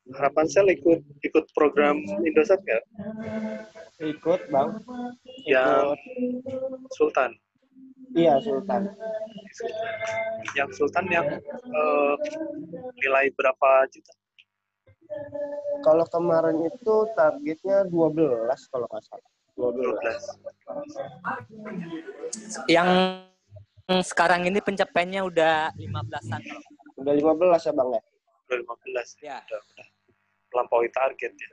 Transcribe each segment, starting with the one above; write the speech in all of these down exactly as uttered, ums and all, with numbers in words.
Harapan Sel ikut ikut program Indosat nggak? Ikut bang, Yang ikut. Sultan. Iya Sultan. Sultan. Yang Sultan yang uh, nilai berapa juta? Kalau kemarin itu targetnya dua belas kalau nggak salah. dua belas. dua belas. Yang sekarang ini pencapaiannya udah lima belasan kalau nggak salah. Udah lima belas ya bang ya? Udah lima belas. Ya. Udah, udah melampaui target ya.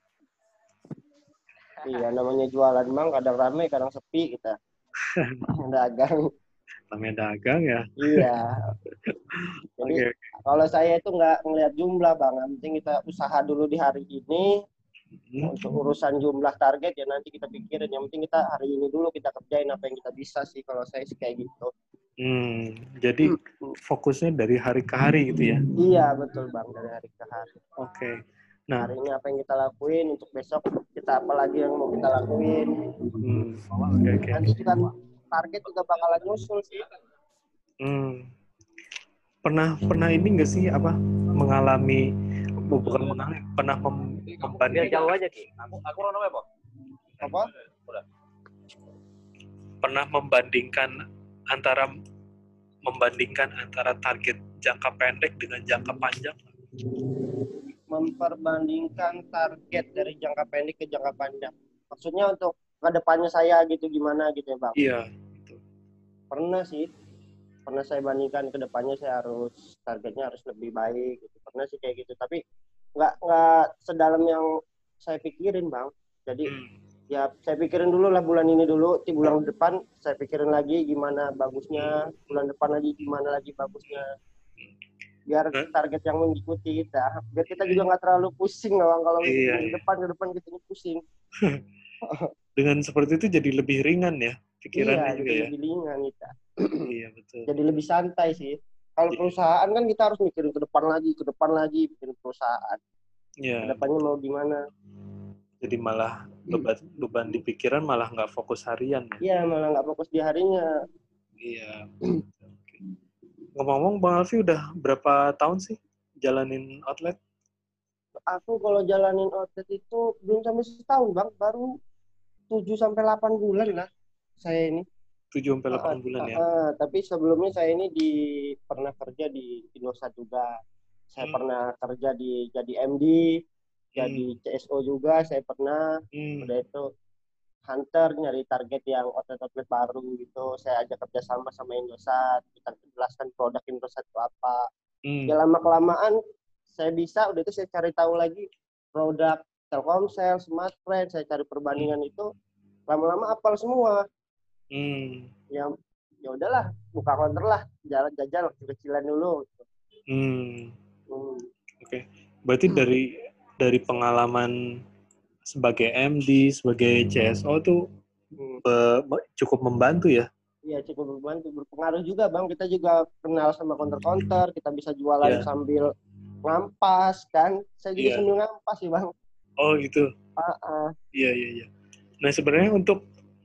Iya, namanya jualan bang, kadang ramai, kadang sepi kita. Dagang. Namanya dagang ya. Iya. Jadi okay. kalau saya itu nggak ngelihat jumlah bang, yang penting kita usaha dulu di hari ini. Hmm. Untuk urusan jumlah target ya nanti kita pikirin. Yang penting kita hari ini dulu kita kerjain apa yang kita bisa sih. Kalau saya sih kayak gitu. Hmm, jadi hmm. fokusnya dari hari ke hari gitu ya? Iya betul bang, dari hari ke hari. Oke. Okay. Nah, hari ini apa yang kita lakuin, untuk besok kita apa lagi yang mau kita lakuin. Hmm. Okay, okay. Nanti juga target juga bakalan nyusul sih. Hmm. Pernah pernah ini nggak sih apa mengalami bukan mengalami pernah mem, membandingkan jauh aja Ki. Aku aku rono apa? Apa? Pernah membandingkan antara membandingkan antara target jangka pendek dengan jangka panjang? Memperbandingkan target dari jangka pendek ke jangka panjang. Maksudnya untuk ke depannya saya gitu gimana gitu ya bang? Iya. Gitu. Pernah sih. Pernah saya bandingkan ke depannya saya harus targetnya harus lebih baik. Gitu. Pernah sih kayak gitu. Tapi nggak nggak sedalam yang saya pikirin bang. Jadi hmm. ya saya pikirin dulu lah bulan ini dulu. Di bulan depan saya pikirin lagi gimana bagusnya. Bulan depan lagi gimana lagi bagusnya. Biar target yang mengikuti kita, biar kita juga nggak terlalu pusing bang kalau iya, ke depan ke depan kita ini pusing. Dengan seperti itu jadi lebih ringan ya pikirannya iya, juga jadi ya. lebih ringan kita. Iya betul. Jadi lebih santai sih. Kalau perusahaan kan kita harus mikirin ke depan lagi, ke depan lagi bikin perusahaan. Iya. Kedepannya mau gimana? Jadi malah beban beban di pikiran malah nggak fokus harian. Iya, malah nggak fokus di harinya. Iya. Ngomong-ngomong, Bang Alfi udah berapa tahun sih jalanin outlet? Aku kalau jalanin outlet itu belum sampai setahun, Bang. Baru tujuh sampai delapan bulan lah saya ini. tujuh sampai delapan uh, bulan uh, ya? Uh, tapi sebelumnya saya ini di pernah kerja di Indosat juga. Saya hmm. pernah kerja di jadi M D, hmm. jadi C S O juga saya pernah. Hmm. Udah itu hunter nyari target yang outlet-outlet baru gitu. Saya ajak kerja sama sama Indosat, kita jelaskan produk Indosat itu apa. Hmm. Ya lama-kelamaan saya bisa, udah itu saya cari tahu lagi produk Telkomsel, Smartfren, saya cari perbandingan hmm. itu, lama-lama hafal semua. Hmm. Ya ya udahlah, buka counter lah, jalan jajan kecil-kecilan dulu. Hmm. hmm. Oke, okay. Berarti hmm. dari dari pengalaman sebagai M D, sebagai C S O tuh hmm. be- cukup membantu ya? Iya, cukup membantu. Berpengaruh juga, Bang. Kita juga kenal sama counter-counter, kita bisa jualan yeah. sambil ngampas, kan? Saya juga yeah. sambil ngampas sih, Bang. Oh, gitu? Uh-uh. Iya, iya, iya. Nah, sebenarnya untuk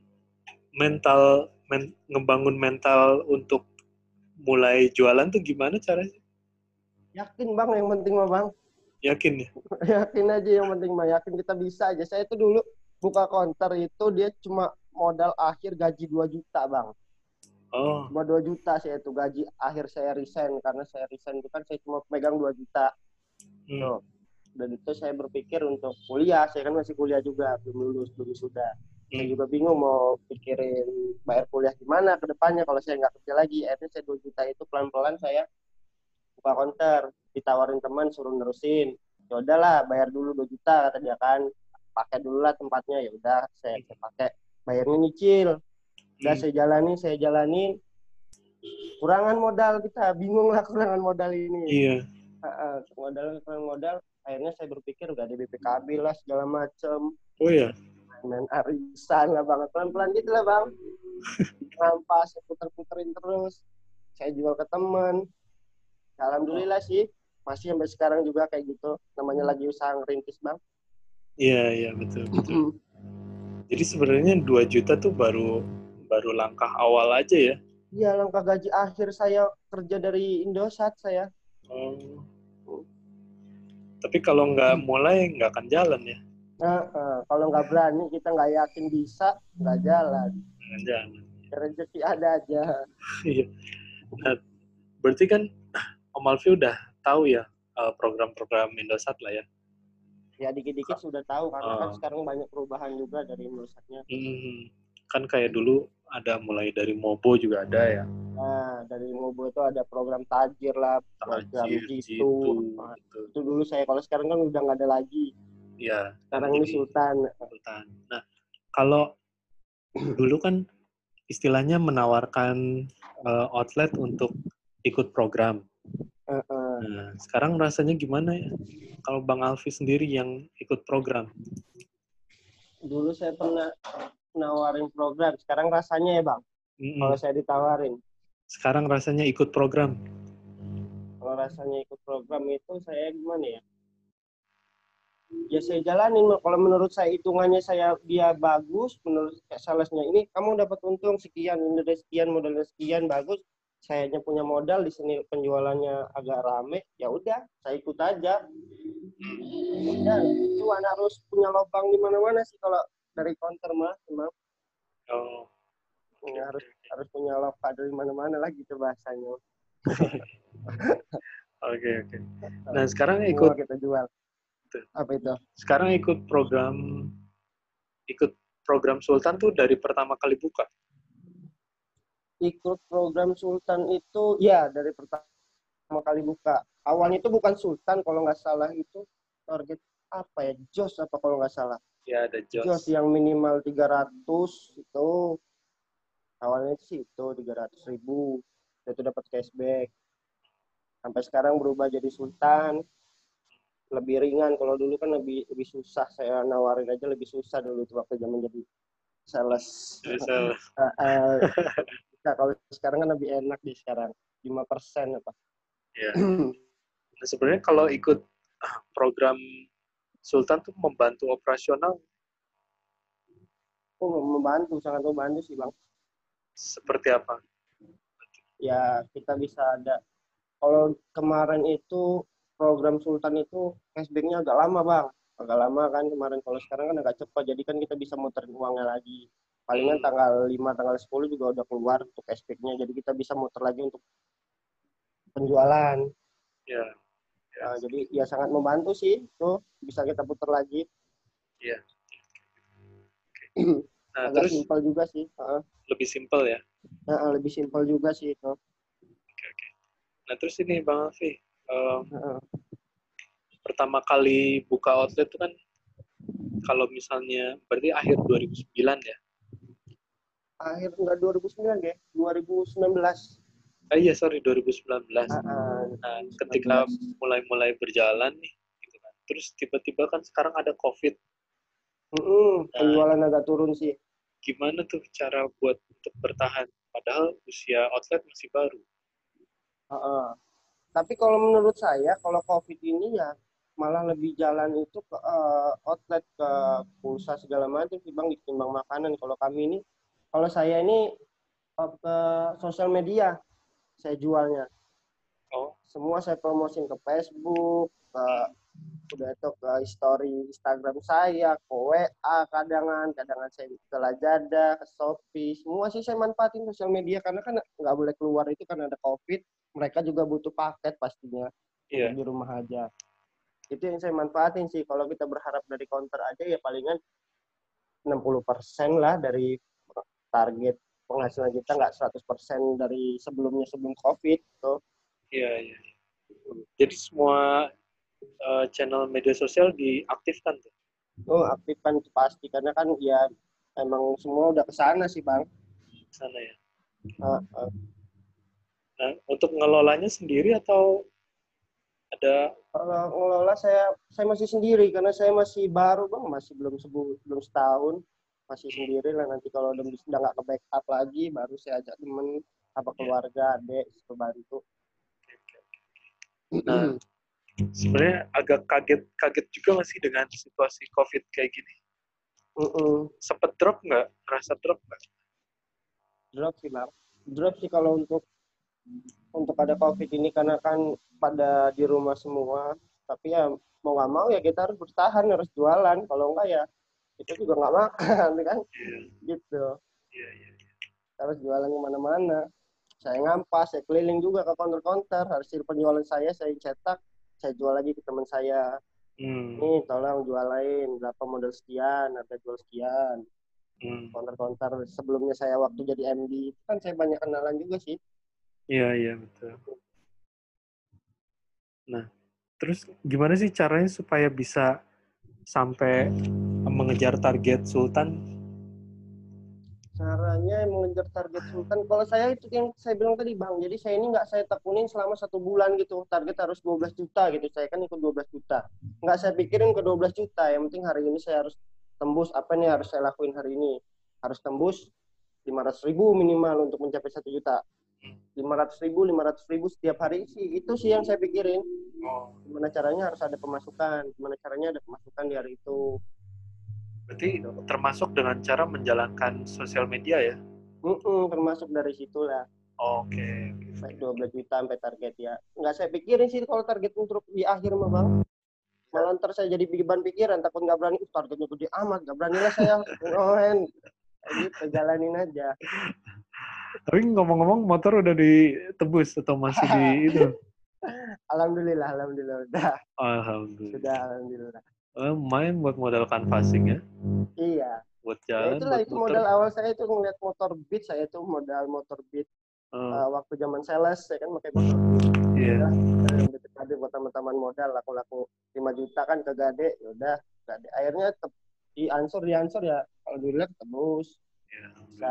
mental, men- ngebangun mental untuk mulai jualan tuh gimana caranya? Yakin, Bang, yang penting mah, Bang. Yakin ya? Yakin aja yang penting mah, yakin kita bisa aja. Saya itu dulu buka counter itu dia cuma modal akhir gaji dua juta, Bang. Oh. Cuma dua juta saya itu gaji akhir saya resign, karena saya resign itu kan saya cuma megang dua juta. Hmm. Tuh. Dan itu saya berpikir untuk kuliah, saya kan masih kuliah juga, belum lulus, belum sudah. Hmm. Saya juga bingung mau pikirin bayar kuliah gimana ke depannya kalau saya nggak kerja lagi. Akhirnya saya dua juta itu pelan-pelan saya buka counter, ditawarin teman suruh nerusin. Ya udahlah, bayar dulu dua juta kata dia kan. Pakai dulu lah tempatnya. Ya udah saya, saya pakai. Bayarnya nyicil. Udah hmm. saya jalani, saya jalani. Kurangan modal kita, bingung lah kurangan modal ini. Iya. Uh, modal kurangan modal. Akhirnya saya berpikir udah ada B P K B lah segala macem. Oh iya. Main arisan lah banget, pelan-pelan gitu lah bang. Rampas, puter-puterin terus. Saya jual ke teman. Alhamdulillah oh. sih, masih sampai sekarang juga kayak gitu. Namanya lagi usaha ngerintis bang. Iya iya betul betul. Jadi sebenarnya dua juta tuh baru baru langkah awal aja ya? Iya, langkah gaji akhir saya kerja dari Indosat saya. Oh. Tapi kalau nggak mulai, nggak akan jalan ya. Nah, uh, kalau nggak berani, kita nggak yakin bisa, nggak jalan. Nggak jalan. Rezeki ada aja. Iya. Nah, berarti kan Om Alfi udah tahu ya program-program Indosat lah ya? Ya dikit-dikit sudah tahu karena uh, kan sekarang banyak perubahan juga dari Indosatnya. Hmm, kan kayak dulu ada mulai dari Mobo juga ada ya. Nah, dari Mobo itu ada program Tajir lah, program Tajir, Jitu. Jitu Nah, gitu. itu dulu saya, kalau sekarang kan udah nggak ada lagi. Iya. Sekarang ini Sultan. Sultan. Nah, kalau dulu kan istilahnya menawarkan uh, outlet untuk ikut program. Uh, uh. Nah, sekarang rasanya gimana ya? Kalau Bang Alfi sendiri yang ikut program? Dulu saya pernah nawarin program. Sekarang rasanya ya Bang, mm-hmm. kalau saya ditawarin. Sekarang rasanya ikut program? Kalau rasanya ikut program itu saya gimana ya? Ya saya jalanin. Kalau menurut saya hitungannya saya dia bagus, menurut salesnya ini kamu dapat untung sekian, ini sekian, modalnya sekian, bagus. Saya hanya punya modal di sini, penjualannya agak rame, ya udah saya ikut aja. Ya, itu anak harus punya lubang di mana-mana sih kalau dari counter mah, memang. Oh. Ya, harus harus punya lubang dari mana-mana lah gitu bahasanya. Oke oke. Nah sekarang ikut semua kita jual. Apa itu? Sekarang ikut program ikut program Sultan tuh dari pertama kali buka. Ikut program Sultan itu ya dari pertama kali buka. Awalnya itu bukan Sultan kalau nggak salah, itu target apa ya, Jos apa kalau nggak salah. Ya ada Jos. Jos yang minimal tiga ratus itu. Awalnya sih itu tiga ratus ribu. Itu dapat cashback. Sampai sekarang berubah jadi Sultan. Lebih ringan. Kalau dulu kan lebih lebih susah. Saya nawarin aja lebih susah dulu itu waktu zaman jadi sales. uh, uh, nah, kalau sekarang kan lebih enak di sekarang. lima persen apa. Ya. Nah, sebenarnya kalau ikut program Sultan tuh membantu operasional? Oh, membantu, sangat membantu sih Bang. Seperti apa? Ya kita bisa ada. Kalau kemarin itu program Sultan itu cashback-nya agak lama Bang. Agak lama kan kemarin. Kalau sekarang kan agak cepat. Jadi kan kita bisa muterin uangnya lagi. Palingan hmm. tanggal lima, tanggal sepuluh juga udah keluar untuk cashback-nya. Jadi kita bisa muter lagi untuk penjualan. Ya. Ya. Nah, jadi ya sangat membantu sih. Tuh bisa kita putar lagi. Iya. Nah, agak terus simpel juga sih. Uh, lebih simpel ya? Uh, lebih simpel juga sih itu. Oke, oke. Nah, terus ini Bang Alfi, uh, uh. pertama kali buka outlet itu kan kalau misalnya berarti akhir dua ribu sembilan ya? Akhir enggak dua ribu sembilan ya? dua ribu sembilan belas. Ah iya, sorry, dua ribu sembilan belas. Uh, uh, nah, ketika mulai-mulai berjalan nih, gitu kan. Terus tiba-tiba kan sekarang ada COVID. Uh-uh, penjualan nah, agak turun sih. Gimana tuh cara buat untuk bertahan? Padahal usia outlet masih baru. Uh-uh. Tapi kalau menurut saya, kalau COVID ini ya malah lebih jalan itu ke uh, outlet, ke pulsa segala macam timbang ditimbang makanan. Kalau kami ini, kalau saya ini uh, ke sosial media saya jualnya. Oh. Semua saya promosin ke Facebook, ke udah itu ke story Instagram saya, ke W A kadangan, kadangan saya ke Lazada, ke Shopee, semua sih saya manfaatin sosial media karena kan nggak boleh keluar itu kan ada COVID, mereka juga butuh paket pastinya, yeah. Di rumah aja. Itu yang saya manfaatin sih. Kalau kita berharap dari counter aja ya palingan enam puluh persen lah dari target penghasilan kita, nggak seratus persen dari sebelumnya sebelum COVID tuh. Iya, iya. Jadi semua uh, channel media sosial diaktifkan tuh? Oh, aktifkan itu pasti. Karena kan ya emang semua udah kesana sih, Bang. Kesana ya? Uh, uh. Nah, untuk ngelolanya sendiri atau ada? Kalau ngelola saya saya masih sendiri. Karena saya masih baru, Bang. Masih belum sebu belum setahun. Masih sendiri lah. Nanti kalau udah nggak ke backup lagi, baru saya ajak temen, apa keluarga, adik, bantu. Nah, sebenarnya agak kaget-kaget juga masih dengan situasi COVID kayak gini. Uh-uh. Sempet drop nggak? Rasa drop nggak? Drop sih, Bang. Drop sih kalau untuk untuk ada COVID ini karena kan pada di rumah semua. Tapi ya mau nggak mau ya kita harus bertahan, harus jualan. Kalau enggak ya kita juga nggak makan kan. Iya. Gitu. Iya, iya. Harus jualan kemana-mana. Saya ngampas, saya keliling juga ke counter-counter. Hasil penjualan saya, saya cetak, saya jual lagi ke teman saya. Hmm. Nih, tolong jualin berapa model sekian, harga jual sekian. Hmm. Counter-counter sebelumnya saya waktu jadi M D, kan saya banyak kenalan juga sih. Iya, iya, betul. Nah, terus gimana sih caranya supaya bisa sampai mengejar target Sultan? Caranya mengejar target Sultan, kalau saya itu yang saya bilang tadi Bang, jadi saya ini nggak saya tekunin selama satu bulan gitu, target harus dua belas juta gitu, saya kan ikut dua belas juta. Nggak saya pikirin ke dua belas juta, yang penting hari ini saya harus tembus, apa nih harus saya lakuin hari ini. Harus tembus lima ratus ribu minimal untuk mencapai satu juta. lima ratus ribu, lima ratus ribu setiap hari sih, itu sih yang saya pikirin. Gimana caranya harus ada pemasukan, gimana caranya ada pemasukan di hari itu. Berarti termasuk dengan cara menjalankan sosial media ya? Mm-mm, termasuk dari situlah. Oke. Sampai dua belas juta sampai target ya. Nggak saya pikirin sih kalau target untuk di akhir mah Bang. Malah ntar saya jadi beban pikiran, takut nggak berani, uh, targetnya gede amat, nggak berani lah saya. Ngohen. Gitu, jalanin aja. Tapi ngomong-ngomong motor udah ditebus atau masih di itu? Alhamdulillah, alhamdulillah udah. Alhamdulillah. Sudah, alhamdulillah. Eh, main buat modal canvassing ya? Iya. Buat Ya jalan, itulah buat itu muter. modal awal saya itu ngeliat motor Beat, saya tuh modal motor Beat. Uh, Uh, waktu zaman sales saya kan pakai motor Beat. Iya. Yeah. Udah Gade buat teman-teman modal, laku-laku lima juta kan ke Gade, yaudah Gade. Akhirnya te- di ansor di ansor ya, alhamdulillah ketebus. Ya, Bisa.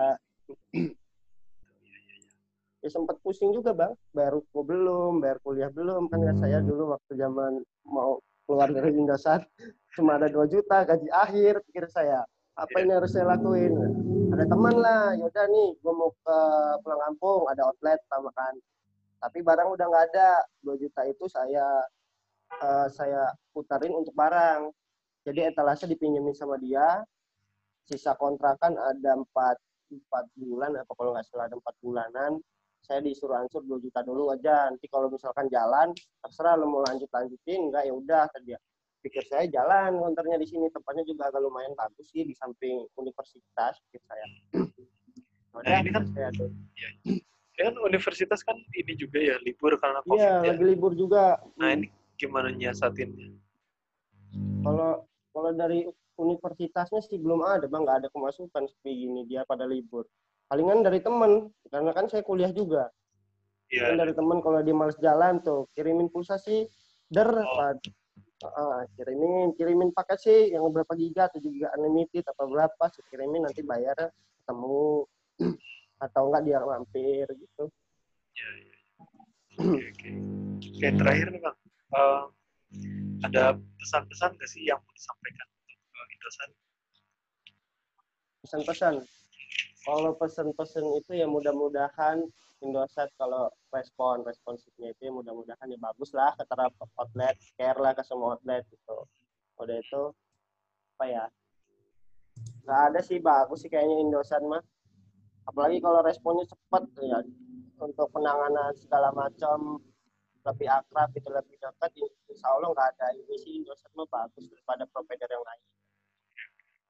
Ya sempat pusing juga Bang, bayar ruko belum, bayar kuliah belum, kan ya saya dulu waktu zaman mau keluar dari Indosat cuma ada dua juta gaji akhir, pikir saya apa ini harus saya lakuin. Ada teman lah, yaudah nih gue mau ke pulang kampung, ada outlet sama kan, tapi barang udah nggak ada. Dua juta itu saya uh, saya putarin untuk barang, jadi etalase dipinjemin sama dia, sisa kontrakan ada empat empat bulan apa kalau nggak salah, ada empat bulanan. Saya disuruh ansur dua juta dulu aja, nanti kalau misalkan jalan terserah lo mau lanjut lanjutin enggak, ya udah tadi. Pikir saya jalan konternya di sini, tempatnya juga agak lumayan bagus sih di samping universitas, pikir saya. Nah, Udah, ini kan saya tuh. Ya, ya kan universitas kan ini juga ya libur karena COVID Iya, ya. lagi libur juga. Nah, ini gimana nyiasatinnya? Kalau kalau dari universitasnya sih belum ada Bang, nggak ada pemasukan seperti gini, dia pada libur. Palingan dari temen, karena kan saya kuliah juga. Iya. Kan dari temen kalau dia males jalan tuh, kirimin pulsa sih, der, oh. uh, kirimin, kirimin paket sih, yang berapa giga, tujuh giga unlimited, atau berapa, sih kirimin nanti bayar ketemu, atau enggak dia mampir gitu. Iya, iya. Oke, oke. Oke, terakhir nih Bang, uh, ada pesan-pesan nggak sih yang mau disampaikan untuk uh, Indosat? Pesan-pesan? Kalau pesan-pesan itu ya mudah-mudahan Indosat kalau respon, responsifnya itu ya mudah-mudahan ya bagus lah ke taraf outlet, care lah ke semua outlet gitu. Udah itu, apa ya, nggak ada sih bagus sih kayaknya Indosat mah. Apalagi kalau responnya cepat ya, untuk penanganan segala macam lebih akrab gitu, lebih dekat, insya Allah nggak ada ini sih, Indosat mah bagus daripada provider yang lain.